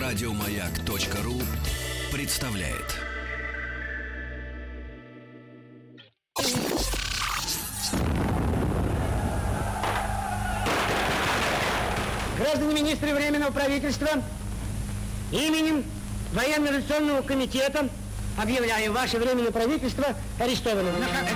Радиомаяк.ру представляет. Граждане министры Временного правительства, именем Военно-революционного комитета объявляю ваше Временное правительство арестованным.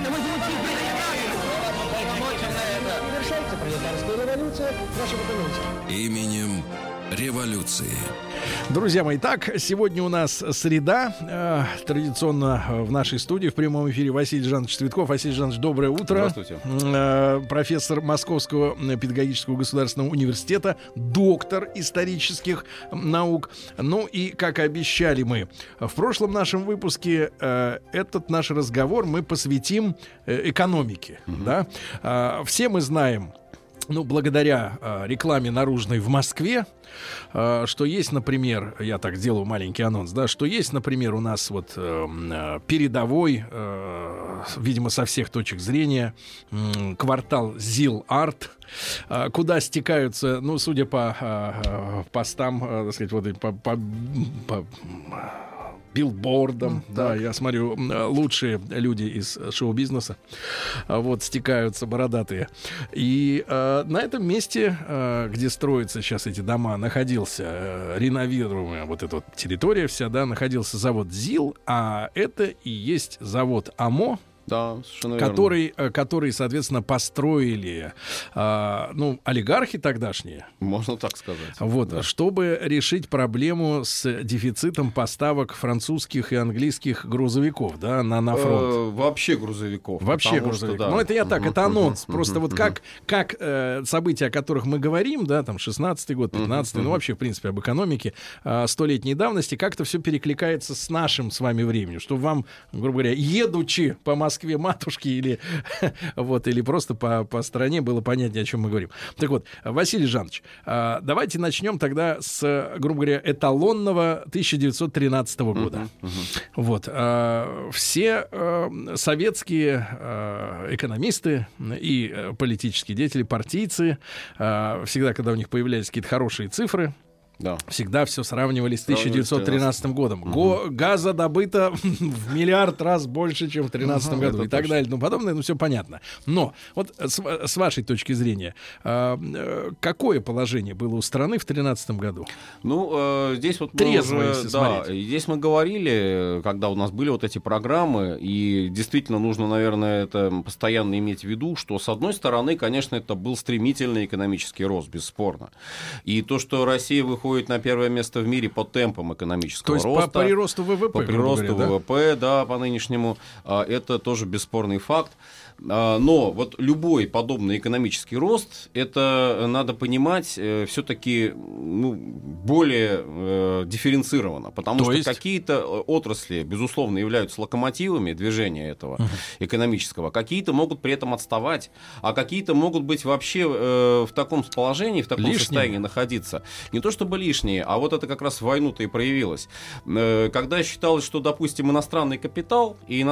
Завершается пролетарская революция, ваши документы. Именем революции. Друзья мои, так, сегодня у нас среда. Традиционно в нашей студии в прямом эфире Василий Жанович Цветков. Василий Жанович, доброе утро. Здравствуйте. Профессор Московского педагогического государственного университета, доктор исторических наук. Ну и, как обещали мы в прошлом нашем выпуске, этот наш разговор мы посвятим экономике. Да? Все мы знаем, ну, благодаря рекламе наружной в Москве, что есть, например, я так делаю маленький анонс, да, что есть, например, у нас вот передовой, видимо, со всех точек зрения, квартал ЗИЛ-Арт, куда стекаются, ну, судя по постам, так сказать, вот по билбордам, да, я смотрю, лучшие люди из шоу-бизнеса вот стекаются, бородатые. И на этом месте, где строятся сейчас эти дома, находился реновируемая вот эта вот территория вся, да, находился завод ЗИЛ, а это и есть завод АМО. Да, совершенно верно. Который, соответственно, построили, ну, олигархи тогдашние. Можно так сказать. Вот, да. Чтобы решить проблему с дефицитом поставок французских и английских грузовиков, да, на фронт. Вообще грузовиков. Вообще грузовиков. Да. Ну, это я так, это анонс. Просто вот как события, о которых мы говорим, да, там, 16-й год, 15-й, ну, вообще, в принципе, об экономике столетней давности, как-то все перекликается с нашим с вами временем, чтобы вам, грубо говоря, едучи по Москве матушки или, вот, или просто по стране было понятнее, о чем мы говорим. Так вот, Василий Жанович, давайте начнем тогда с, грубо говоря, эталонного 1913 года. Вот, все советские экономисты и политические деятели, партийцы, всегда, когда у них появлялись какие-то хорошие цифры, да, всегда все сравнивали с 1913 годом. Газа добыто в миллиард раз больше, чем в 2013 году. И так далее, ну подобное, ну все понятно. Но вот с вашей точки зрения, какое положение было у страны в 2013 году? Ну, здесь вот трезво, если смотреть. Да, здесь мы говорили, когда у нас были вот эти программы, и действительно нужно, наверное, это постоянно иметь в виду, что, с одной стороны, конечно, это был стремительный экономический рост, бесспорно. И то, что Россия выходит на первое место в мире по темпам экономического роста. То есть по приросту ВВП. По приросту ВВП, да, по нынешнему. Это тоже бесспорный факт. Но вот любой подобный экономический рост, это надо понимать все-таки, ну, более дифференцированно, потому что какие-то отрасли, безусловно, являются локомотивами движения этого экономического, какие-то могут при этом отставать, а какие-то могут быть вообще в таком положении, в таком состоянии находиться. Не то чтобы лишние, а вот это как раз в войну-то и проявилось. Когда считалось, что, допустим, иностранный капитал и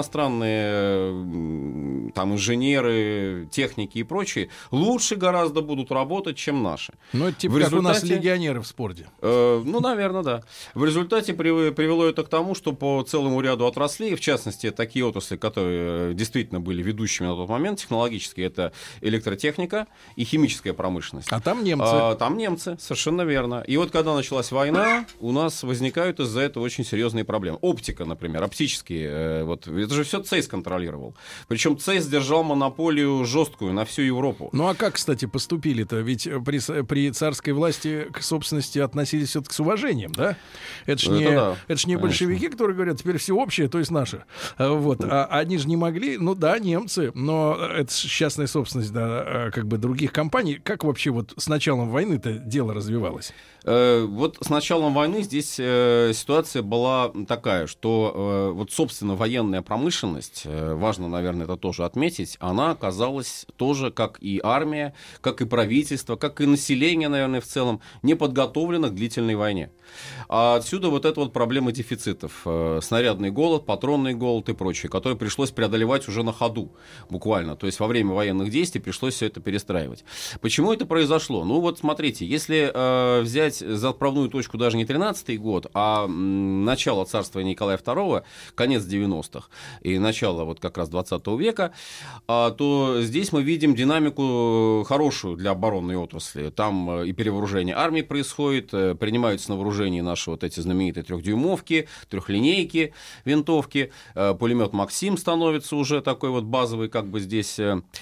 иностранные там инженеры, техники и прочие лучше гораздо будут работать, чем наши. Ну, это типа как у нас легионеры в спорте. Ну, наверное, да. В результате привело это к тому, что по целому ряду отраслей, в частности, такие отрасли, которые действительно были ведущими на тот момент технологически, это электротехника и химическая промышленность. А там немцы. Там немцы, совершенно верно. И вот когда началась война, у нас возникают из-за этого очень серьезные проблемы. Оптика, например, оптические. Вот, это же все ЦЕЙС контролировал. Причем ЦЕЙС держал монополию жесткую на всю Европу. Ну а как, кстати, поступили-то? Ведь при царской власти к собственности относились все-таки с уважением, да? Это ж не большевики, которые говорят, теперь все общее, то есть наше. Вот. А они же не могли, ну да, немцы, но это частная собственность, да, как бы других компаний. Как вообще вот с началом войны-то дело развивалось? Вот с началом войны здесь ситуация была такая, что вот, собственно, военная промышленность, важно, наверное, это тоже отметить, она оказалась тоже, как и армия, как и правительство, как и население, наверное, в целом, не подготовлена к длительной войне. А отсюда вот эта вот проблема дефицитов. Снарядный голод, патронный голод и прочее, который пришлось преодолевать уже на ходу, буквально. То есть во время военных действий пришлось все это перестраивать. Почему это произошло? Ну вот смотрите, если взять за отправную точку даже не 13-й год, а начало царствования Николая II, конец 90-х и начало вот как раз 20 века, то здесь мы видим динамику хорошую для оборонной отрасли. Там и перевооружение армии происходит, принимаются на вооружение наши вот эти знаменитые 3-дюймовки, трехлинейки, винтовки, пулемет «Максим» становится уже такой вот базовой как бы здесь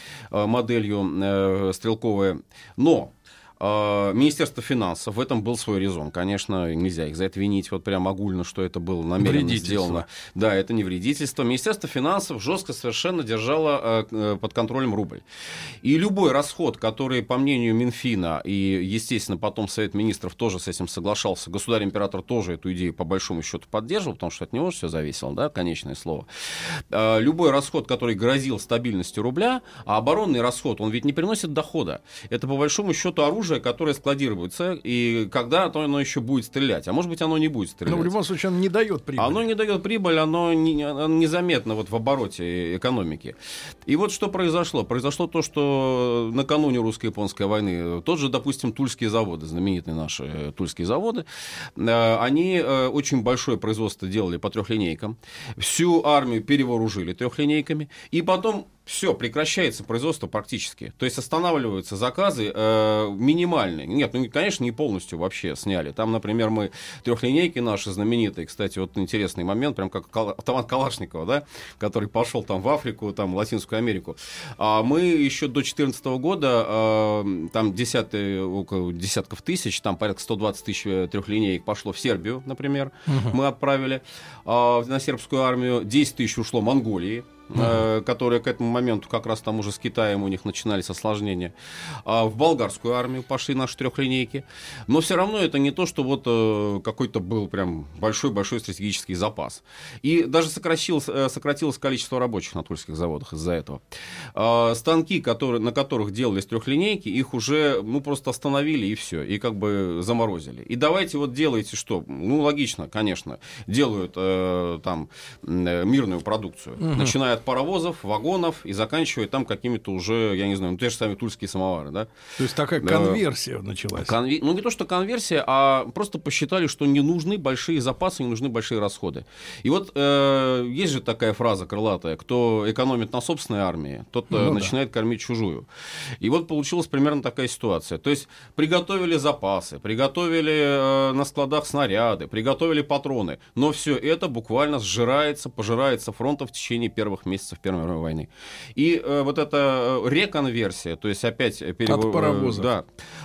моделью стрелковой. Но Министерство финансов, в этом был свой резон. Конечно, нельзя их за это винить вот прям огульно, что это было намеренно сделано. Да, это не вредительство. Министерство финансов жестко совершенно держало под контролем рубль. И любой расход, который, по мнению Минфина, и, естественно, потом Совет Министров тоже с этим соглашался, государь-император тоже эту идею по большому счету поддерживал, потому что от него же все зависело, да, конечное слово. Любой расход, который грозил стабильностью рубля, а оборонный расход, он ведь не приносит дохода. Это, по большому счету, оружие, которое складируется, и когда-то оно еще будет стрелять. А может быть, оно не будет стрелять. Но в любом случае оно не дает прибыль. Оно не дает прибыль, оно незаметно вот в обороте экономики. И вот что произошло. Произошло то, что накануне русско-японской войны тот же, допустим, Тульские заводы, знаменитые наши Тульские заводы, они очень большое производство делали по трехлинейкам. Всю армию перевооружили трехлинейками. И потом все, прекращается производство практически. То есть останавливаются заказы минимальные. Нет, ну, конечно, не полностью вообще сняли. Там, например, мы трехлинейки наши знаменитые, кстати, вот интересный момент, прям как автомат Калашникова, да, который пошел там в Африку, там, в Латинскую Америку. А мы еще до 2014 года, там около десятков тысяч, там порядка 120 тысяч трехлинеек пошло в Сербию, например, мы отправили на сербскую армию, 10 тысяч ушло Монголии, которые к этому моменту как раз там уже с Китаем у них начинались осложнения. В болгарскую армию пошли наши трехлинейки. Но все равно это не то, что вот какой-то был прям большой-большой стратегический запас. И даже сократилось количество рабочих на тульских заводах из-за этого. Станки, на которых делались трехлинейки, их уже просто остановили и все. И как бы заморозили. И давайте вот делайте что? Ну, логично, конечно. Делают там мирную продукцию. Начиная от паровозов, вагонов и заканчивая там какими-то уже, я не знаю, те же самые тульские самовары, да? То есть такая конверсия началась. Ну, не то, что конверсия, а просто посчитали, что не нужны большие запасы, не нужны большие расходы. И вот есть же такая фраза крылатая: кто экономит на собственной армии, тот начинает кормить чужую. И вот получилась примерно такая ситуация. То есть приготовили запасы, приготовили на складах снаряды, приготовили патроны, но все это буквально пожирается фронтом в течение первых месяцев Первой мировой войны. И вот эта реконверсия, то есть опять от паровозов, да,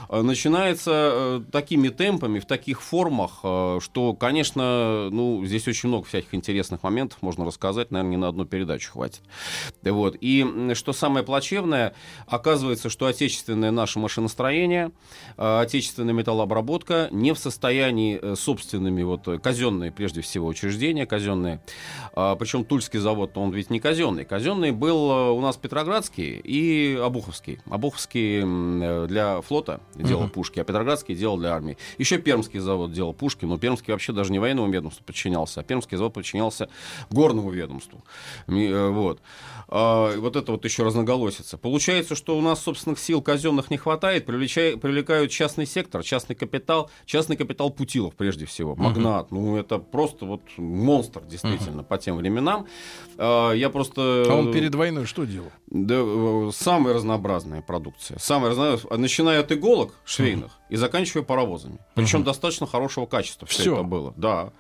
начинается такими темпами, в таких формах, что, конечно, здесь очень много всяких интересных моментов можно рассказать, наверное, не на одну передачу хватит. Вот. И что самое плачевное, оказывается, что отечественное наше машиностроение, отечественная металлообработка не в состоянии собственными, казенные, прежде всего, учреждения, казенные, причем Тульский завод, он ведь не казенный. Казенный был у нас Петроградский и Обуховский. Обуховский для флота делал пушки, а Петроградский делал для армии. Еще Пермский завод делал пушки, но Пермский вообще даже не военному ведомству подчинялся, а Пермский завод подчинялся горному ведомству. Вот. Вот это вот еще разноголосица. Получается, что у нас собственных сил казенных не хватает, привлекают частный сектор, частный капитал Путилов прежде всего, магнат. Это просто вот монстр, действительно, по тем временам. Я просто... А он перед войной что делал? Да, самая разнообразная продукция. Начиная от иголок швейных и заканчивая паровозами. Причем достаточно хорошего качества все это было. Да.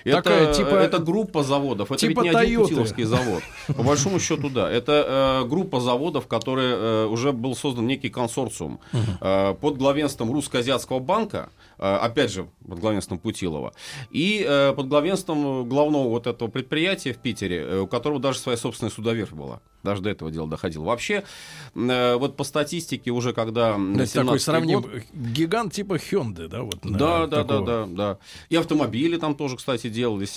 Это группа заводов. Это ведь не один Путиловский завод. По большому счету, да. Это группа заводов, которые уже был создан некий консорциум под главенством Русско-Азиатского банка, опять же, под главенством Путилова, и под главенством главного вот этого предприятия в Питере, у которого даже своя собственная судоверфь была. Даже до этого дела доходило. Вообще, вот по статистике уже когда... Такой сравним гигант типа Hyundai, да? Вот, да. И автомобили там тоже, кстати, делались.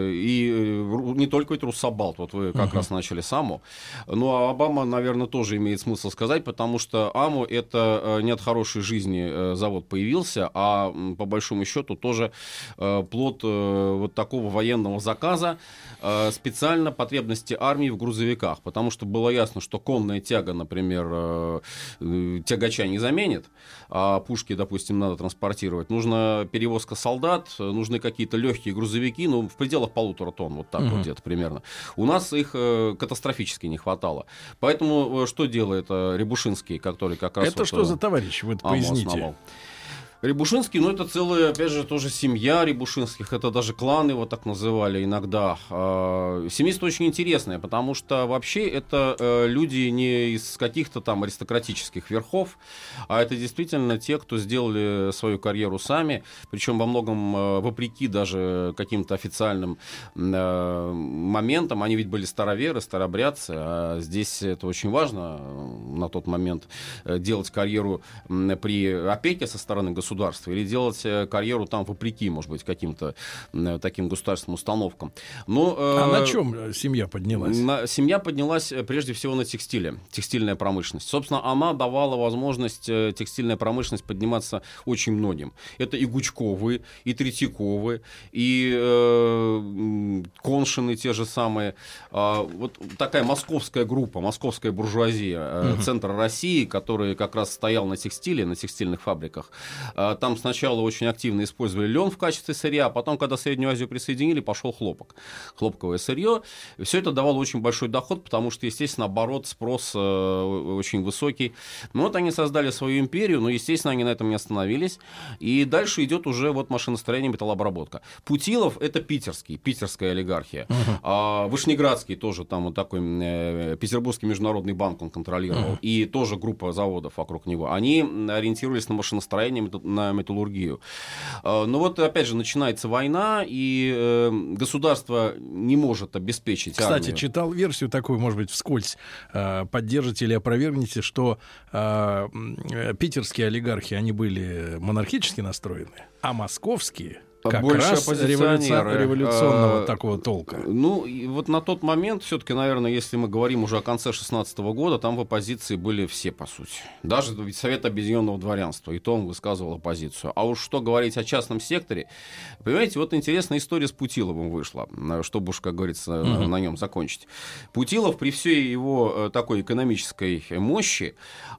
И не только ведь Руссобалт. Вот вы как раз начали с АМУ. Ну, а об АМУ, наверное, тоже имеет смысл сказать, потому что АМУ — это не от хорошей жизни завод появился, а по большому счету тоже плод вот такого военного заказа, специально потребности армии в грузовиках. Потому что было ясно, что конная тяга, например, тягача не заменит, а пушки, допустим, допустим, надо транспортировать, нужна перевозка солдат, нужны какие-то легкие грузовики, ну, в пределах 1,5 тонн, вот так вот где-то примерно. У нас их катастрофически не хватало. Поэтому что делает Рябушинский, который как раз... Это что за товарищ? Вы поясните. Основал. Рябушинский, ну, это целая, опять же, тоже семья Рябушинских, это даже клан его так называли иногда. Семейство очень интересное, потому что вообще это люди не из каких-то там аристократических верхов, а это действительно те, кто сделали свою карьеру сами, причем во многом вопреки даже каким-то официальным моментам. Они ведь были староверы, старобрядцы, а здесь это очень важно на тот момент делать карьеру при опеке со стороны государства, или делать карьеру там вопреки, может быть, каким-то таким государственным установкам. Но, а на чем семья поднялась? Семья поднялась прежде всего на текстиле, текстильная промышленность. Собственно, она давала возможность текстильная промышленность подниматься очень многим. Это и Гучковы, и Третьяковы, и Коншины те же самые. Вот такая московская группа, московская буржуазия, центр России, который как раз стоял на текстиле, на текстильных фабриках. Там сначала очень активно использовали лен в качестве сырья, а потом, когда Среднюю Азию присоединили, пошел хлопок. Хлопковое сырье. Все это давало очень большой доход, потому что, естественно, оборот, спрос очень высокий. Но вот они создали свою империю, но, естественно, они на этом не остановились. И дальше идет уже вот машиностроение, металлообработка. Путилов — это питерская олигархия. Вышнеградский тоже, там вот такой Петербургский международный банк он контролировал. И тоже группа заводов вокруг него. Они ориентировались на машиностроение, на металлургию. Но вот, опять же, начинается война, и государство не может обеспечить армию. Кстати, читал версию такую, может быть, вскользь поддержите или опровергните, что питерские олигархи, они были монархически настроены, а московские как больше раз революционного такого толка. Ну, и вот на тот момент, все-таки, наверное, если мы говорим уже о конце 16 года, там в оппозиции были все, по сути. Даже ведь Совет Объединенного Дворянства, и то он высказывал оппозицию. А уж что говорить о частном секторе, понимаете, вот интересная история с Путиловым вышла, чтобы уж, как говорится, на нем закончить. Путилов при всей его такой экономической мощи,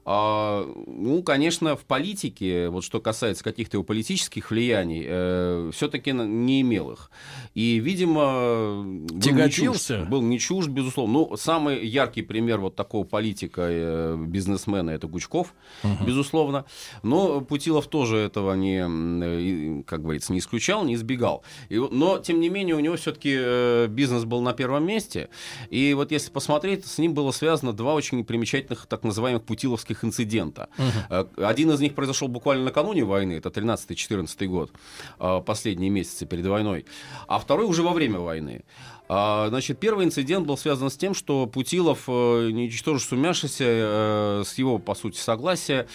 ну, конечно, в политике, вот что касается каких-то его политических влияний, все-таки не имел их. И, видимо, тяготился? Был не чужд, безусловно. Ну, самый яркий пример вот такого политика, бизнесмена, это Гучков, безусловно. Но Путилов тоже этого не, как говорится, не исключал, не избегал. Но, тем не менее, у него все-таки бизнес был на первом месте. И вот если посмотреть, с ним было связано два очень примечательных так называемых путиловских инцидента. Один из них произошел буквально накануне войны, это 13-14 год, последние месяцы перед войной, а второй уже во время войны. Значит, первый инцидент был связан с тем, что Путилов, ничтоже сумяшися, с его, по сути, согласия,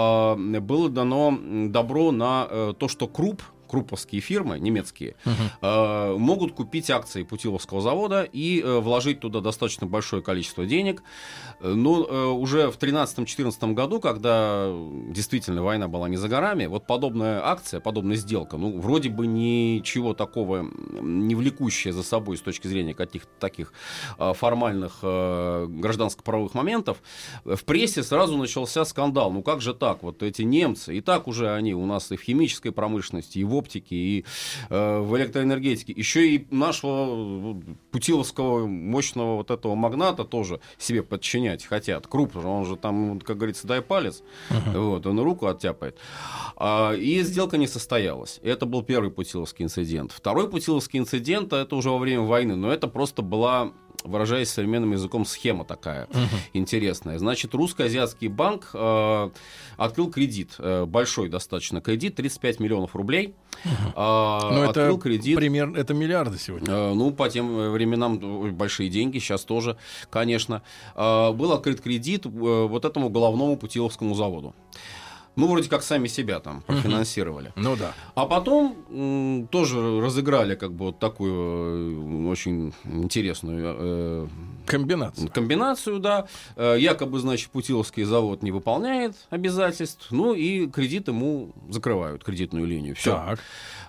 было дано добро на то, что крупповские фирмы, немецкие, могут купить акции Путиловского завода и вложить туда достаточно большое количество денег. Но уже в 13-14 году, когда действительно война была не за горами, вот подобная акция, подобная сделка, ну, вроде бы ничего такого не влекущее за собой с точки зрения каких-то таких формальных гражданско-правовых моментов, в прессе сразу начался скандал. Ну как же так? Вот эти немцы, и так уже они у нас и в химической промышленности, и в оптике, и в электроэнергетике. Еще и нашего путиловского мощного вот этого магната тоже себе подчинять хотят. Круп, он же там, как говорится, дай палец, вот, он руку оттяпает. И сделка не состоялась. Это был первый путиловский инцидент. Второй путиловский инцидент, это уже во время войны, но это просто была, выражаясь современным языком, схема такая интересная. Значит, Русско-Азиатский банк открыл кредит, большой достаточно кредит, 35 миллионов рублей. Но это кредит, примерно, это миллиарды сегодня. Ну, по тем временам большие деньги, сейчас тоже, конечно. Был открыт кредит вот этому головному Путиловскому заводу. Ну, вроде как сами себя там профинансировали. Ну да. А потом тоже разыграли как бы вот такую очень интересную комбинацию, да. Якобы, значит, Путиловский завод не выполняет обязательств, ну и кредит ему закрывают, кредитную линию. Все. Так.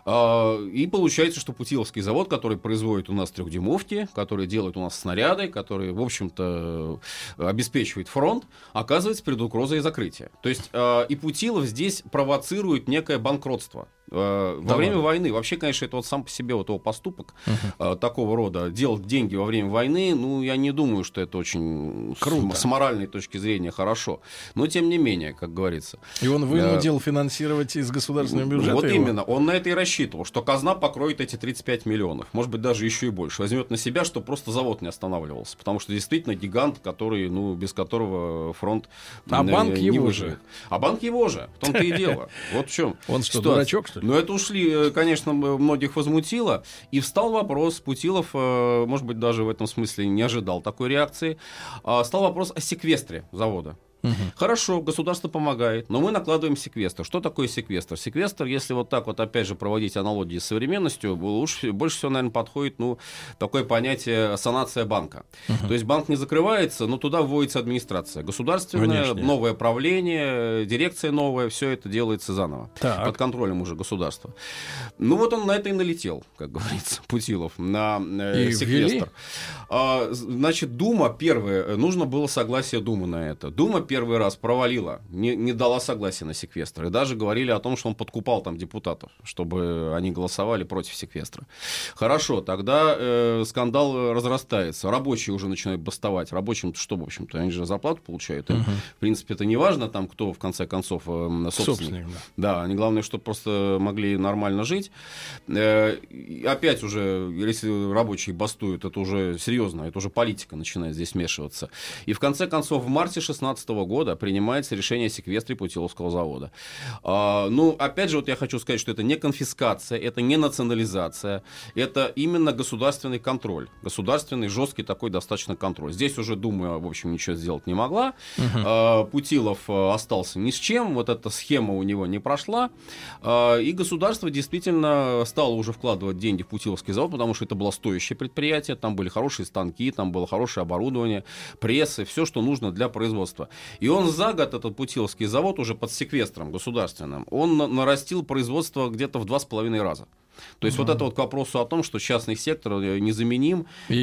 И получается, что Путиловский завод, который производит у нас 3-дюймовки, который делает у нас снаряды, который, в общем-то, обеспечивает фронт, оказывается перед угрозой закрытия. То есть и Путилов Путилов здесь провоцирует некое банкротство. Во время войны, вообще, конечно, это вот сам по себе вот его поступок такого рода, делать деньги во время войны, ну, я не думаю, что это очень круто, с моральной точки зрения хорошо. Но, тем не менее, как говорится. И он вынудил финансировать из государственного бюджета. Вот именно, он на это и рассчитывал, что казна покроет эти 35 миллионов, может быть, даже еще и больше, возьмет на себя, чтобы просто завод не останавливался, потому что действительно гигант, который, ну, без которого фронт банк не его выживет. же. А банк его же, в том-то и дело. Вот в чем. Он что, дурачок, что ли? Но это ушли, конечно, многих возмутило. И встал вопрос, Путилов, может быть, даже в этом смысле не ожидал такой реакции, стал вопрос о секвестре завода. Хорошо, государство помогает, но мы накладываем секвестр. Что такое секвестр? Секвестр, если вот так вот опять же проводить аналогии с современностью, больше всего, наверное, подходит, ну, такое понятие санация банка. То есть банк не закрывается, но туда вводится администрация государственная, Конечно. новое правление, дирекция новая, все это делается заново. Так. Под контролем уже государства. Ну вот он на это и налетел, как говорится, Путилов, на секвестр. Значит, Дума первое, нужно было согласие Думы на это. Дума первый раз провалила, не дала согласия на секвестр. И даже говорили о том, что он подкупал там депутатов, чтобы они голосовали против секвестра. Хорошо, тогда скандал разрастается. Рабочие уже начинают бастовать. Рабочим что, в общем-то, они же зарплату получают. В принципе, это не важно, там, кто, в конце концов, собственник. Да, они, главное, чтобы просто могли нормально жить. Опять уже, если рабочие бастуют, это уже серьезно, это уже политика начинает здесь вмешиваться. И, в конце концов, в марте 2016 года принимается решение о секвестре Путиловского завода. Ну, опять же, вот я хочу сказать, что это не конфискация, это не национализация, это именно государственный контроль. Государственный, жесткий такой достаточно контроль. Здесь уже Дума, в общем, ничего сделать не могла. Путилов остался ни с чем, вот эта схема у него не прошла. И государство действительно стало уже вкладывать деньги в Путиловский завод, потому что это было стоящее предприятие, там были хорошие станки, там было хорошее оборудование, прессы, все, что нужно для производства. И он за год, этот Путиловский завод, уже под секвестром государственным, он нарастил производство где-то в 2,5 раза. То есть вот это вот к вопросу о том, что частный сектор незаменим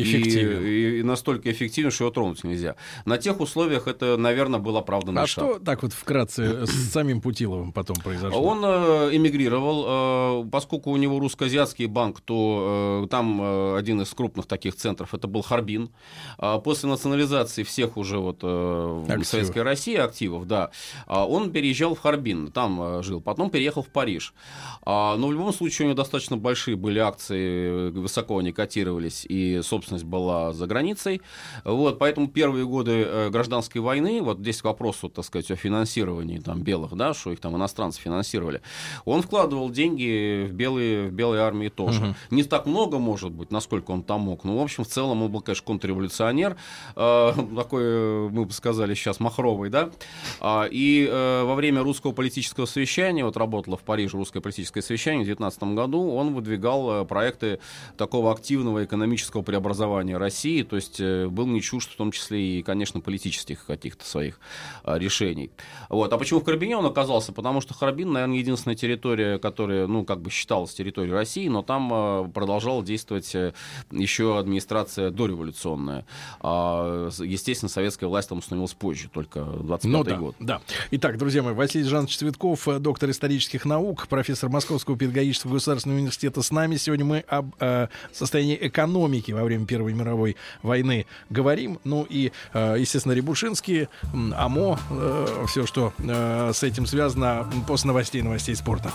и настолько эффективен, что его тронуть нельзя. На тех условиях это, наверное, был оправданный шаг. Что так вот вкратце с самим Путиловым потом произошло? Он эмигрировал, поскольку у него русско-азиатский банк, то там один из крупных таких центров, это был Харбин. После национализации всех уже вот в Советской России активов, да, он переезжал в Харбин, там жил, потом переехал в Париж. Но в любом случае у него достаточно большие были акции, высоко они котировались, и собственность была за границей. Вот, поэтому первые годы гражданской войны, вот здесь к вопросу, так сказать, о финансировании там, белых, да, что их там иностранцы финансировали, он вкладывал деньги в белые армии тоже. Не так много, может быть, насколько он там мог, но, в общем, в целом он был, конечно, контрреволюционер, такой, мы бы сказали сейчас, махровый, да, и во время русского политического совещания, вот работало в Париже русское политическое совещание в 19 году, он выдвигал проекты такого активного экономического преобразования России, то есть был не чужд в том числе и, конечно, политических каких-то своих решений. Вот. А почему в Харбине он оказался? Потому что Харбин, наверное, единственная территория, которая, ну, как бы считалась территорией России, но там продолжала действовать еще администрация дореволюционная. Естественно, советская власть там установилась позже, только 25-й год. Да. Итак, друзья мои, Василий Жанович Цветков, доктор исторических наук, профессор Московского педагогического государственного университета с нами. Сегодня мы об состоянии экономики во время Первой мировой войны говорим. Ну и, естественно, Рябушинский, АМО, все, что с этим связано, после новостей спорта.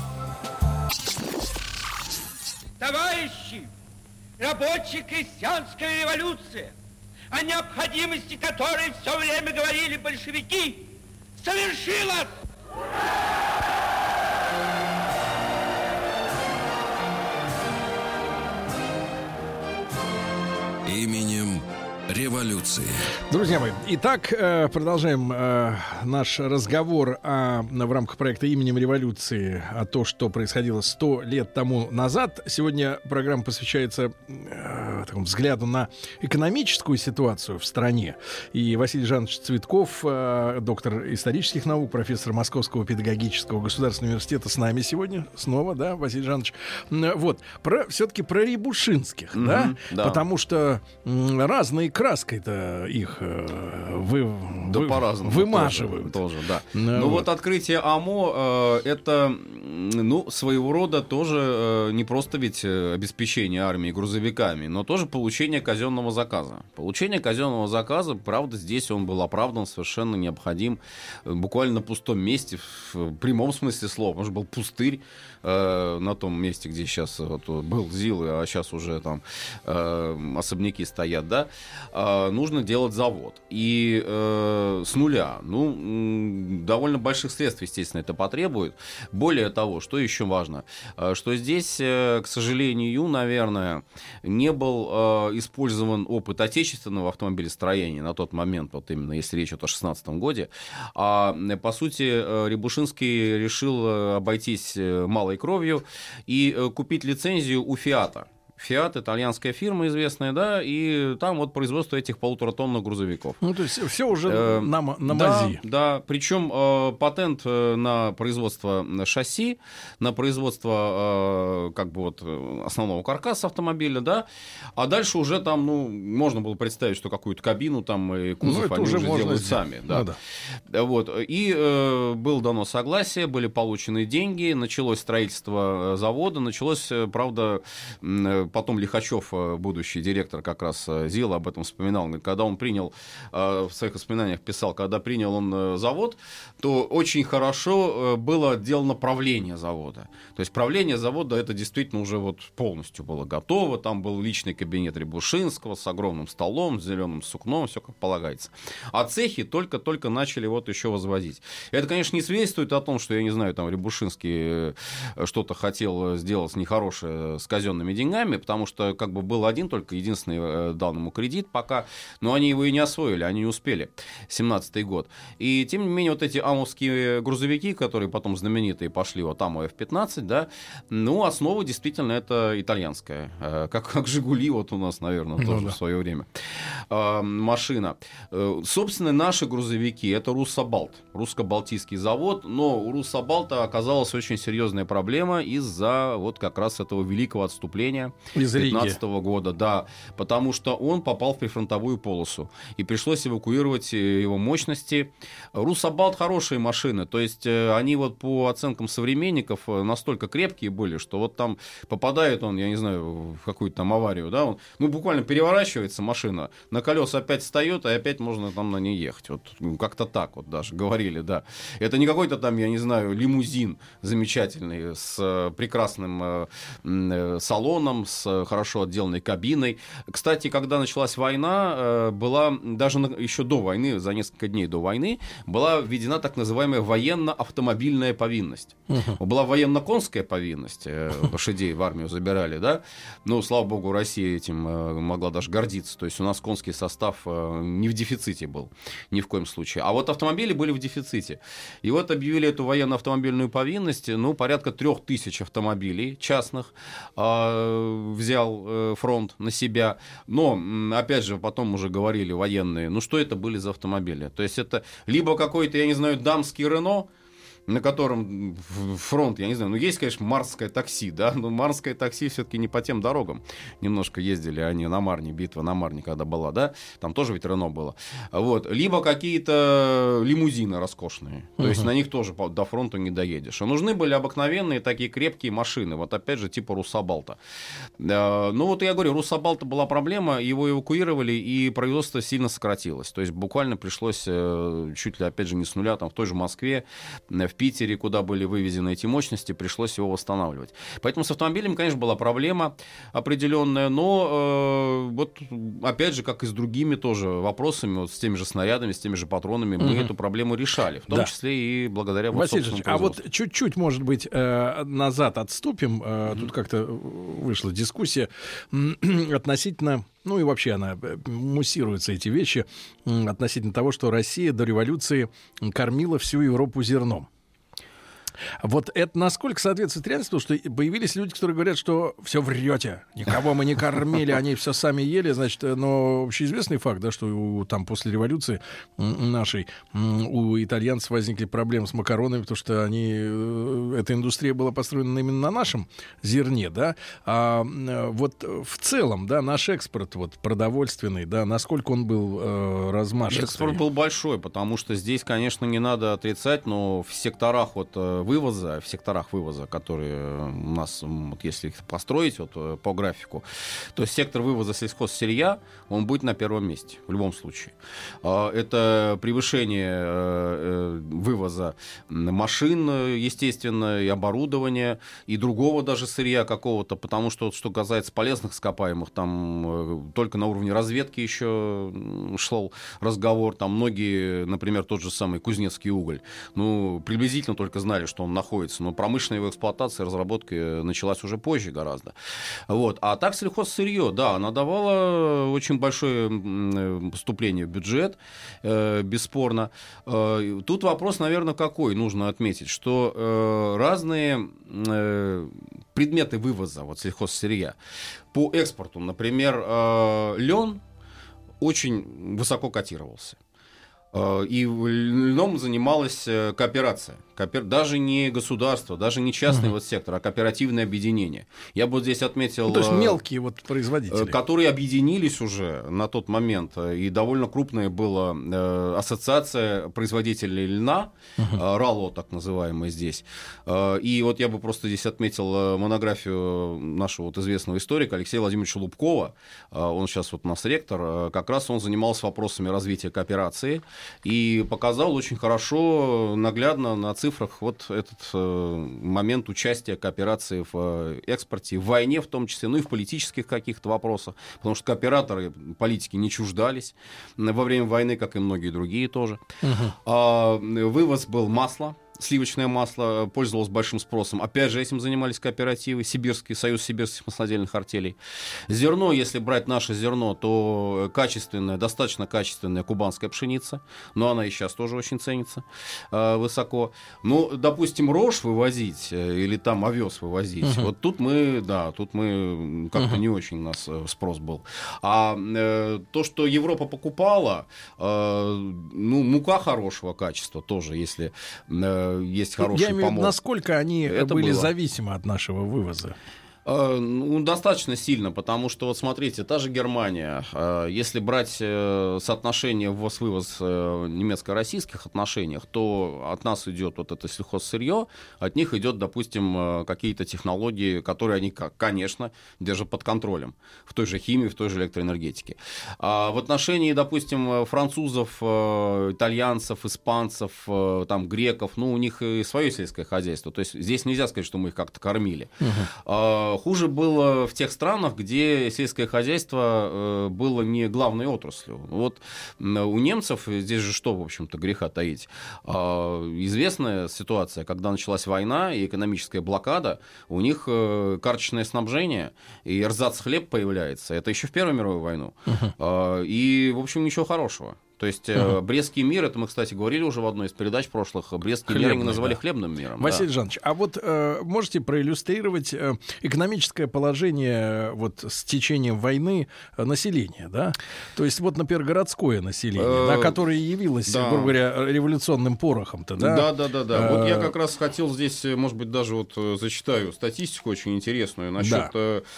Товарищи, рабоче-крестьянская революция, о необходимости которой все время говорили большевики, совершилась! Именем революции. Друзья мои, итак, продолжаем наш разговор в рамках проекта «Именем революции» о том, что происходило 100 лет тому назад. Сегодня программа посвящается такому взгляду на экономическую ситуацию в стране. И Василий Жанович Цветков, доктор исторических наук, профессор Московского педагогического государственного университета с нами сегодня. Снова, да, Василий Жанович? Вот, все-таки про Рябушинских, да? Да. Потому что разные краской-то их по-разному вымаживают. Тоже, да. Ну вот открытие АМО это своего рода тоже не просто ведь обеспечение армии грузовиками, но тоже получение казенного заказа. Получение казенного заказа, правда, здесь он был оправдан, совершенно необходим, буквально на пустом месте, в прямом смысле слова, потому что был пустырь на том месте, где сейчас был ЗИЛ, а сейчас уже там особняки стоят, да, нужно делать завод. И с нуля. Довольно больших средств, естественно, это потребует. Более того, что еще важно, что здесь, к сожалению, наверное, не был использован опыт отечественного автомобилестроения на тот момент, вот именно если речь идет о 2016 году. А по сути, Рябушинский решил обойтись малой кровью и купить лицензию у «Фиата». «Фиат» — итальянская фирма известная, да, и там вот производство этих полуторатонных грузовиков. Ну, то есть все уже на мази. Да, причем патент на производство шасси, на производство как бы вот основного каркаса автомобиля, да, а дальше уже там, можно было представить, что какую-то кабину там и кузов они уже делают сами. Да. Вот. И было дано согласие, были получены деньги, началось строительство завода, началось, правда, потом Лихачев, будущий директор как раз ЗИЛа, об этом вспоминал. Говорит, когда он принял, в своих воспоминаниях писал, когда принял он завод, то очень хорошо было сделано правление завода. То есть правление завода это действительно уже вот полностью было готово. Там был личный кабинет Рябушинского с огромным столом, с зеленым сукном, все как полагается. А цехи только-только начали вот еще возводить. Это, конечно, не свидетельствует о том, что, я не знаю, там Рябушинский что-то хотел сделать нехорошее с казенными деньгами, потому что как бы был один только, единственный дал ему кредит пока, но они его и не освоили, они не успели. 17-й год. И тем не менее вот эти АМОвские грузовики, которые потом знаменитые пошли, вот АМО F-15, да, основа действительно это итальянская, как «Жигули» вот у нас, наверное, тоже в свое время. Машина. Собственно, наши грузовики это «Руссобалт», русско-балтийский завод, но у «Руссобалта» оказалась очень серьезная проблема из-за вот как раз этого великого отступления 2015 года, да, потому что он попал в прифронтовую полосу, и пришлось эвакуировать его мощности. «Руссобалт» хорошие машины, то есть они вот по оценкам современников настолько крепкие были, что вот там попадает он, я не знаю, в какую-то там аварию, да, он, буквально переворачивается машина, на колеса опять встает, и опять можно там на ней ехать. Вот как-то так вот даже говорили, да. Это не какой-то там, я не знаю, лимузин замечательный с прекрасным салоном, с хорошо отделанной кабиной. Кстати, когда началась война, была даже еще до войны, за несколько дней до войны, была введена так называемая военно-автомобильная повинность. Была военно-конская повинность, лошадей в армию забирали, да. Слава богу, Россия этим могла даже гордиться. То есть у нас конский состав не в дефиците был, ни в коем случае. А вот автомобили были в дефиците. И вот объявили эту военно-автомобильную повинность, порядка 3000 автомобилей частных взял фронт на себя. Но, опять же, потом уже говорили военные, что это были за автомобили? То есть это либо какой-то, я не знаю, дамский Рено, на котором фронт, я не знаю, есть, конечно, марсское такси, да, но марсское такси все-таки не по тем дорогам. Немножко ездили они на Марне, битва на Марне, когда была, да, там тоже ведь Рено было. Вот. Либо какие-то лимузины роскошные, то есть на них тоже до фронта не доедешь. А нужны были обыкновенные такие крепкие машины, вот опять же типа «Руссобалта». Вот я говорю, «Руссобалта» была проблема, его эвакуировали, и производство сильно сократилось. То есть буквально пришлось чуть ли, опять же, не с нуля, там в той же Москве, в Питере, куда были вывезены эти мощности, пришлось его восстанавливать. Поэтому с автомобилем, конечно, была проблема определенная, но вот опять же, как и с другими тоже вопросами, вот с теми же снарядами, с теми же патронами, мы эту проблему решали, в том числе и благодаря Василий Ильич, а вот чуть-чуть, может быть, назад отступим, тут как-то вышла дискуссия относительно... и вообще она муссируются эти вещи относительно того, что Россия до революции кормила всю Европу зерном. Вот это насколько соответствует реальности, потому что появились люди, которые говорят, что все врете, никого мы не кормили, они все сами ели, значит, но общеизвестный факт, да, что там после революции нашей у итальянцев возникли проблемы с макаронами, потому что эта индустрия была построена именно на нашем зерне, да, а вот в целом, да, наш экспорт вот продовольственный, да, насколько он был размашистый? Экспорт был большой, потому что здесь, конечно, не надо отрицать, но в секторах вывоза, которые у нас, вот если их построить вот, по графику, то сектор вывоза сельхозсырья, он будет на первом месте в любом случае. Это превышение вывоза машин, естественно, и оборудования, и другого даже сырья какого-то, потому что, что касается полезных ископаемых, там только на уровне разведки еще шел разговор, там многие, например, тот же самый кузнецкий уголь, приблизительно только знали, что он находится, но промышленная его эксплуатация, разработка началась уже позже гораздо. Вот. А так сельхозсырье, да, она давала очень большое поступление в бюджет, бесспорно. Тут вопрос, наверное, какой нужно отметить, что разные предметы вывоза сельхозсырья по экспорту, например, лен очень высоко котировался. И льном занималась кооперация. Даже не государство, даже не частный сектор, а кооперативное объединение. Я бы здесь отметил... то есть мелкие производители. Которые объединились уже на тот момент. И довольно крупная была ассоциация производителей льна, РАЛО так называемая здесь. И вот я бы просто здесь отметил монографию нашего известного историка Алексея Владимировича Лубкова. Он сейчас у нас ректор. Как раз он занимался вопросами развития кооперации. И показал очень хорошо, наглядно на цифрах этот момент участия кооперации в экспорте, в войне в том числе, и в политических каких-то вопросах, потому что кооператоры, политики не чуждались во время войны, как и многие другие тоже. Вывоз был масла. Сливочное масло пользовалось большим спросом. Опять же, этим занимались кооперативы, Союз сибирских маслодельных артелей. Зерно, если брать наше зерно, то достаточно качественная кубанская пшеница, но она и сейчас тоже очень ценится высоко. Допустим, рожь вывозить или там овес вывозить, вот тут мы как-то не очень у нас спрос был. А то, что Европа покупала, мука хорошего качества тоже, если есть хороший Я имею в виду, насколько они были было зависимы от нашего вывоза. Достаточно сильно, потому что, смотрите, та же Германия, если брать соотношение ввоз-вывоз немецко-российских отношениях, то от нас идет это сельхозсырье, от них идет, допустим, какие-то технологии, которые они, конечно, держат под контролем в той же химии, в той же электроэнергетике. А в отношении, допустим, французов, итальянцев, испанцев, греков, у них и свое сельское хозяйство, то есть здесь нельзя сказать, что мы их как-то кормили. Хуже было в тех странах, где сельское хозяйство было не главной отраслью. У немцев, здесь же что, в общем-то, греха таить? Известная ситуация, когда началась война и экономическая блокада, у них карточное снабжение и эрзац-хлеб появляется. Это еще в Первую мировую войну. И, в общем, ничего хорошего. То есть Брестский мир, это мы, кстати, говорили уже в одной из передач прошлых, Брестский мир они называли хлебным миром. Василий Жанович, а можете проиллюстрировать экономическое положение с течением войны населения, да? То есть например, городское население, которое явилось, грубо говоря, революционным порохом-то, да? Да. Я как раз хотел здесь, может быть, даже зачитаю статистику очень интересную насчет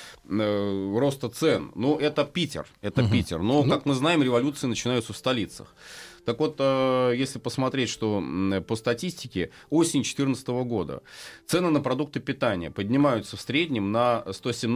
роста цен. Это Питер. Но, как мы знаем, революции начинаются в столице. Так если посмотреть, что по статистике, осень 2014 года цены на продукты питания поднимаются в среднем на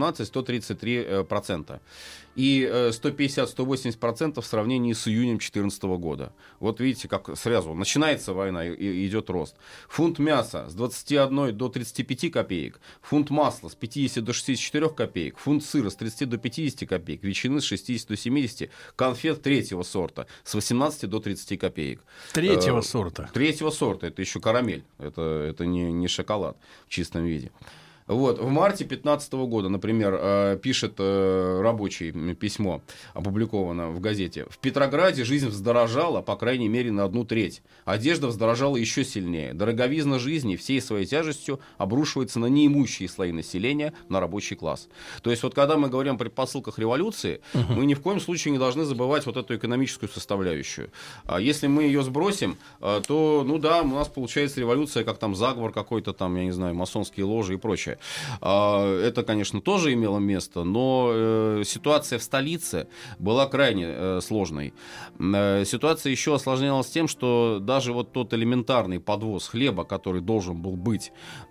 117-133%. И 150-180% в сравнении с июнем 2014 года. Видите, как сразу начинается война и идет рост. Фунт мяса с 21 до 35 копеек, фунт масла с 50 до 64 копеек, фунт сыра с 30 до 50 копеек, ветчины с 60 до 70, конфет третьего сорта с 18 до 30 копеек. Третьего сорта? Третьего сорта, это еще карамель, это не шоколад в чистом виде. Вот, в марте 2015 года, например, пишет рабочий письмо, опубликовано в газете. В Петрограде жизнь вздорожала, по крайней мере, на 1/3. Одежда вздорожала еще сильнее. Дороговизна жизни всей своей тяжестью обрушивается на неимущие слои населения, на рабочий класс. То есть, вот когда мы говорим о предпосылках революции, мы ни в коем случае не должны забывать вот эту экономическую составляющую. А если мы ее сбросим, то, ну да, у нас получается революция, как там заговор какой-то там, я не знаю, масонские ложи и прочее. Это, конечно, тоже имело место, но ситуация в столице была крайне сложной. Ситуация еще осложнялась тем, что даже вот тот элементарный подвоз хлеба, который должен был быть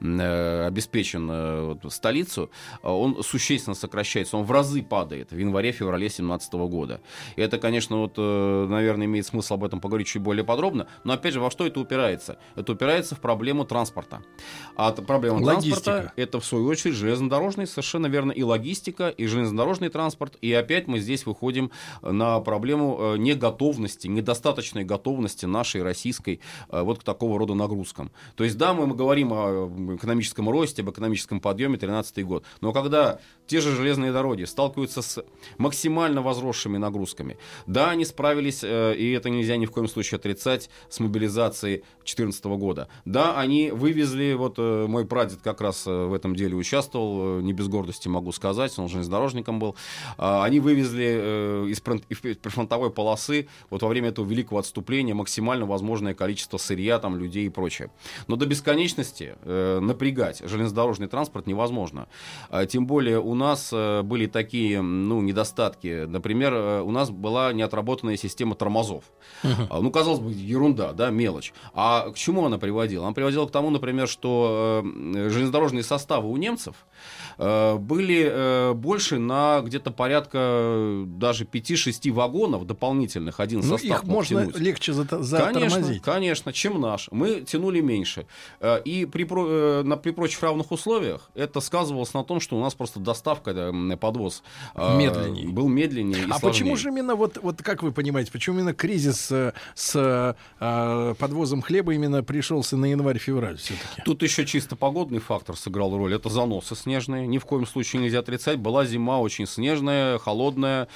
обеспечен в столицу, он существенно сокращается, он в разы падает в январе-феврале 2017 года. И это, конечно, вот, наверное, имеет смысл об этом поговорить чуть более подробно, но, опять же, во что это упирается? Это упирается в проблему транспорта. А проблема транспорта — это, в свою очередь, железнодорожный, совершенно верно, и логистика, и железнодорожный транспорт. И опять мы здесь выходим на проблему неготовности, недостаточной готовности нашей российской вот к такого рода нагрузкам. То есть, да, мы говорим о экономическом росте, об экономическом подъеме 2013 год, но когда те же железные дороги сталкиваются с максимально возросшими нагрузками, да, они справились, и это нельзя ни в коем случае отрицать, с мобилизацией 2014 года. Да, они вывезли, вот мой прадед как раз в этом деле участвовал, не без гордости могу сказать, он железнодорожником был. Они вывезли из прифронтовой полосы вот во время этого великого отступления максимально возможное количество сырья, там, людей и прочее. Но до бесконечности напрягать железнодорожный транспорт невозможно. Тем более у нас были такие, ну, недостатки. Например, у нас была неотработанная система тормозов. Ну, казалось бы, ерунда, да, мелочь. А к чему она приводила? Она приводила к тому, например, что железнодорожные составы у немцев были больше на где-то порядка даже 5-6 вагонов дополнительных, один состав. Их можно тянуть. Легче затормозить. Конечно, чем наш. Мы тянули меньше. И при прочих равных условиях это сказывалось на том, что у нас просто доставка, подвоз был медленнее и сложнее. Почему же именно, вот как вы понимаете, почему именно кризис с подвозом хлеба именно пришелся на январь-февраль все-таки? Тут еще чисто погодный фактор сыграл роль. Это заносы снежные. Ни в коем случае нельзя отрицать. Была зима очень снежная, холодная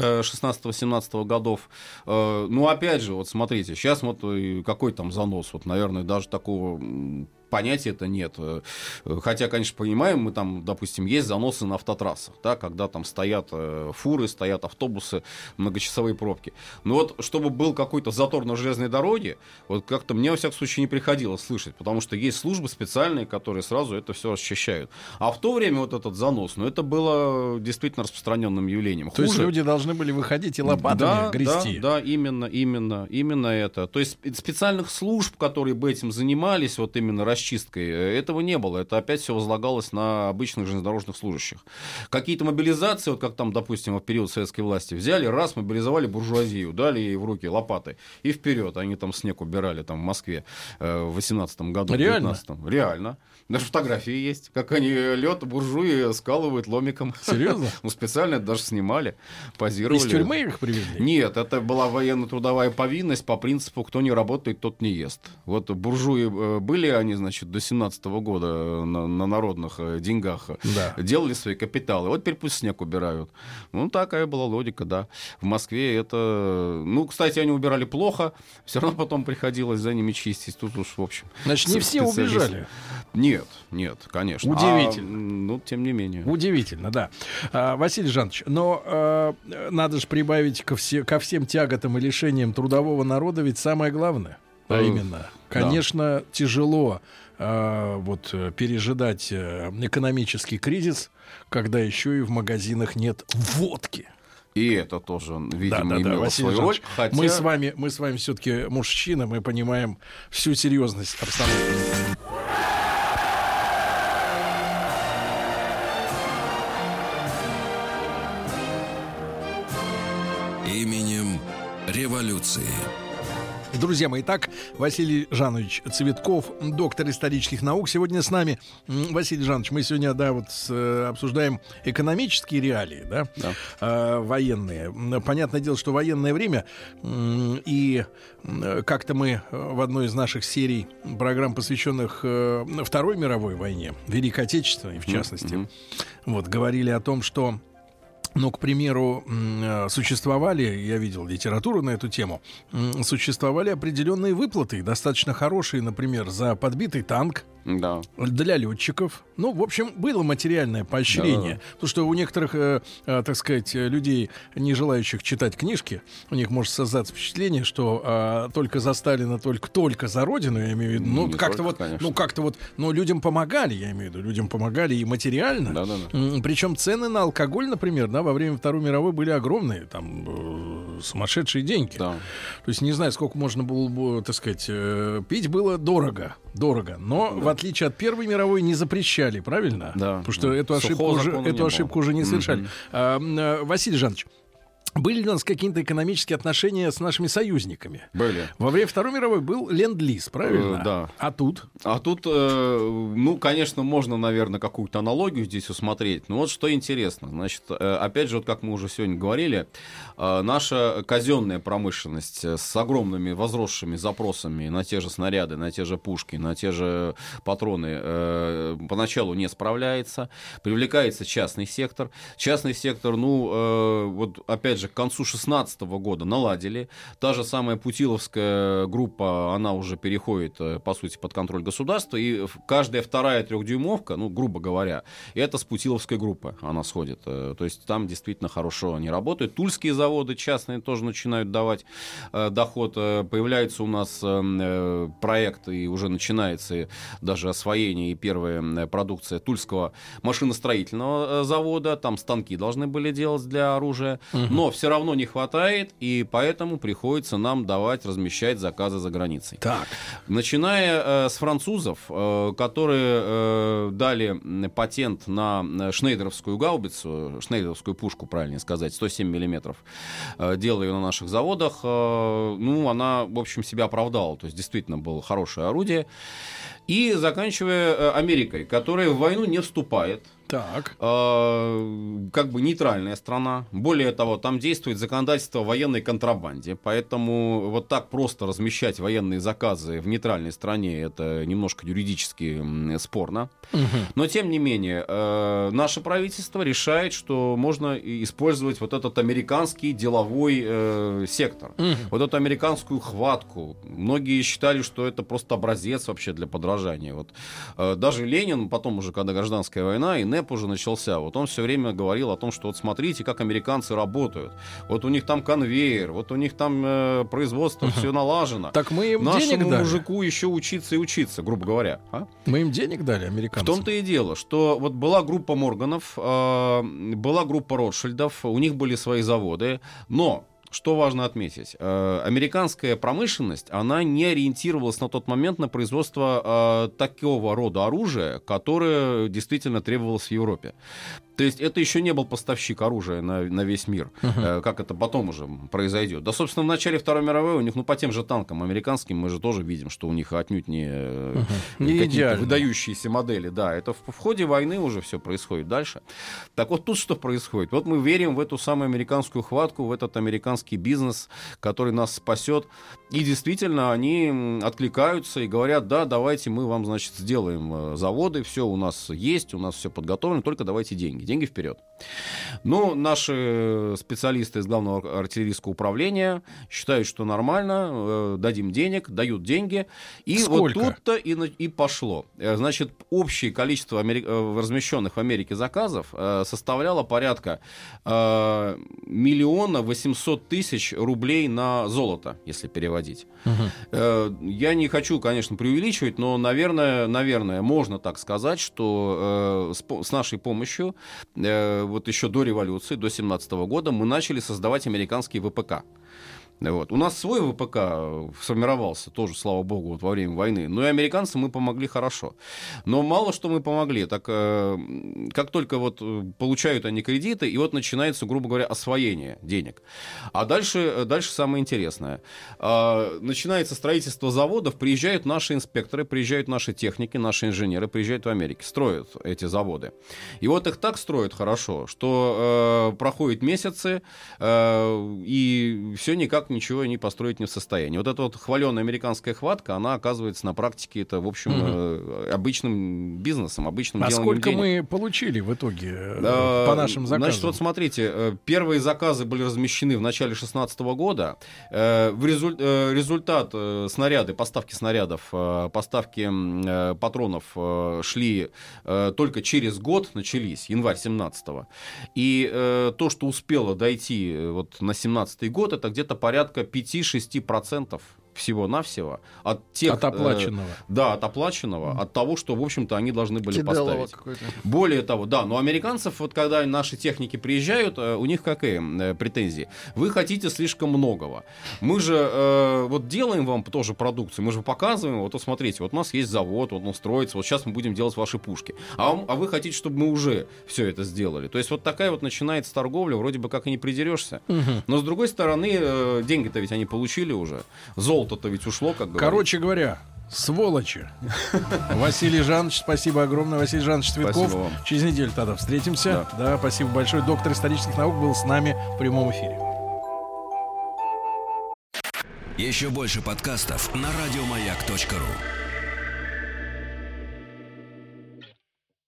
16-17 годов. Ну, опять же, вот смотрите, сейчас вот какой там занос? Вот, наверное, даже такого понятия-то нет. Хотя, конечно, понимаем, мы там, допустим, есть заносы на автотрассах, да, когда там стоят фуры, стоят автобусы, многочасовые пробки. Но вот чтобы был какой-то затор на железной дороге, вот как-то мне, во всяком случае, не приходилось слышать, потому что есть службы специальные, которые сразу это все расчищают. А в то время вот этот занос, ну, это было действительно распространенным явлением. То есть люди должны были выходить и лопатами грести. Да, именно это. То есть специальных служб, которые бы этим занимались, вот именно расчисткой, этого не было. Это опять все возлагалось на обычных железнодорожных служащих. Какие-то мобилизации, вот как там, допустим, в период советской власти, взяли, раз, мобилизовали буржуазию, дали ей в руки лопаты, и вперед. Они там снег убирали там в Москве в 18-м году. Реально? Реально. Даже фотографии есть, как они лед буржуи скалывают ломиком. Серьезно? Ну, специально это даже снимали, позировали. Из тюрьмы их привезли? Нет, это была военно-трудовая повинность по принципу «кто не работает, тот не ест». Вот буржуи были, они, значит, до 17-го года на народных деньгах делали свои капиталы. Вот теперь пусть снег убирают. Ну, такая была логика, да. В Москве это... Ну, кстати, они убирали плохо, все равно потом приходилось за ними чистить. Тут уж, в общем... Значит, не все убежали? Нет, конечно. Удивительно. Ну, тем не менее. Удивительно, да. Василий Жанович, но надо же прибавить ко всем тяготам и лишениям трудового народа ведь самое главное. А именно, конечно, тяжело пережидать экономический кризис, когда еще и в магазинах нет водки. И это тоже, видимо, имело свою роль. Хотя... Мы с вами все-таки мужчины, мы понимаем всю серьезность обстановки. Именем революции. Друзья мои, итак, Василий Жанович Цветков, доктор исторических наук, сегодня с нами. Василий Жанович, мы сегодня, обсуждаем экономические реалии, военные. Понятное дело, что военное время, и как-то мы в одной из наших серий программ, посвященных Второй мировой войне, Великой Отечественной, в частности, говорили о том, что к примеру, существовали, я видел литературу на эту тему, существовали определенные выплаты, достаточно хорошие, например, за подбитый танк, для летчиков. В общем, было материальное поощрение. Потому что у некоторых, людей, не желающих читать книжки, у них может создаться впечатление, что только за Сталина, только за Родину, я имею в виду. Людям помогали, я имею в виду, людям помогали и материально. Причем цены на алкоголь, например, во время Второй мировой были огромные, сумасшедшие деньги. То есть не знаю, сколько можно было, пить было дорого. Но в отличие от Первой мировой не запрещали, правильно? Потому что эту ошибку уже не совершали. Василий Жанович, были ли у нас какие-то экономические отношения с нашими союзниками? Были. Во время Второй мировой был ленд-лиз, правильно? Да. А тут? Конечно, можно, наверное, какую-то аналогию здесь усмотреть. Но вот что интересно. Значит, опять же, как мы уже сегодня говорили, наша казенная промышленность с огромными возросшими запросами на те же снаряды, на те же пушки, на те же патроны поначалу не справляется. Привлекается частный сектор. Частный сектор, опять же, к концу 2016 года наладили. Та же самая Путиловская группа, она уже переходит, по сути, под контроль государства, и каждая вторая 3-дюймовка, грубо говоря, это с Путиловской группы она сходит. То есть там действительно хорошо они работают. Тульские заводы частные тоже начинают давать доход. Появляется у нас проект, и уже начинается даже освоение и первая продукция Тульского машиностроительного завода. Там станки должны были делать для оружия. Но все равно не хватает, и поэтому приходится нам размещать заказы за границей. Так. Начиная с французов, которые дали патент на шнейдеровскую гаубицу, шнейдеровскую пушку, правильно сказать, 107 миллиметров, делая ее на наших заводах, она, в общем, себя оправдала. То есть, действительно, было хорошее орудие. И заканчивая Америкой, которая в войну не вступает. Так. Нейтральная страна. Более того, там действует законодательство о военной контрабанде. Поэтому вот так просто размещать военные заказы в нейтральной стране, это немножко юридически спорно. Но, тем не менее, наше правительство решает, что можно использовать вот этот американский деловой сектор. Вот эту американскую хватку. Многие считали, что это просто образец вообще для подражания. Даже Ленин, потом уже, когда гражданская война, и НЭП уже начался, он все время говорил о том, что смотрите, как американцы работают. У них там конвейер, у них там производство, все налажено. Так мы им Нашему денег дали. Мужику еще учиться и учиться, грубо говоря. Мы им денег дали, американцам. В том-то и дело, что была группа Морганов, была группа Ротшильдов, у них были свои заводы, но что важно отметить, американская промышленность, она не ориентировалась на тот момент на производство такого рода оружия, которое действительно требовалось в Европе. То есть это еще не был поставщик оружия на весь мир, как это потом уже произойдет. Да, собственно, в начале Второй мировой у них, по тем же танкам американским, мы же тоже видим, что у них отнюдь не какие-то выдающиеся модели. Да, это в ходе войны уже все происходит дальше. Так вот тут что происходит? Вот мы верим в эту самую американскую хватку, в этот американский бизнес, который нас спасет. И действительно, они откликаются и говорят, да, давайте мы вам, сделаем заводы, все у нас есть, у нас все подготовлено, только давайте деньги. Деньги вперед. Наши специалисты из Главного артиллерийского управления считают, что нормально, дадим денег, дают деньги. И сколько? Вот тут-то и пошло. Общее количество размещенных в Америке заказов составляло порядка 1 800 000 рублей на золото, если переводить. Я не хочу, конечно, преувеличивать, но, наверное, можно так сказать, что с нашей помощью еще до революции, до 1917 года, мы начали создавать американские ВПК. Вот. У нас свой ВПК сформировался тоже, слава богу, вот во время войны. Но и американцам мы помогли хорошо. Но мало что мы помогли. Так, как только вот получают они кредиты, и вот начинается, грубо говоря, освоение денег. А дальше самое интересное. Начинается строительство заводов, приезжают наши инспекторы, приезжают наши техники, наши инженеры, приезжают в Америку, строят эти заводы. И вот их так строят хорошо, что проходят месяцы, и все никак ничего они построить не в состоянии. Вот эта вот хваленая американская хватка, она оказывается на практике это, в общем, обычным бизнесом, обычным делом денег. А сколько мы получили в итоге по нашим заказам? Значит, вот смотрите, первые заказы были размещены в начале 2016 года. Результат снаряды, поставки снарядов, поставки патронов шли только через год, начались, январь 17-го. И то, что успело дойти вот на 17-й год, это где-то порядка 5-6% всего-навсего от тех... От оплаченного. Да, от оплаченного, от того, что, в общем-то, они должны были поставить. Более того, да, но американцев, вот когда наши техники приезжают, у них какие претензии? Вы хотите слишком многого. Мы же вот делаем вам тоже продукцию, мы же показываем, вот смотрите, вот у нас есть завод, вот он строится, вот сейчас мы будем делать ваши пушки. А вы хотите, чтобы мы уже все это сделали. То есть вот такая вот начинается торговля, вроде бы как и не придерешься. Но с другой стороны, деньги-то ведь они получили уже. Золото-то ведь ушло, как говорится. Короче говоря, сволочи. Василий Жанович, спасибо огромное. Василий Жанович Цветков. Через неделю тогда встретимся. Да, спасибо большое. Доктор исторических наук был с нами в прямом эфире. Еще больше подкастов на радиомаяк.ру.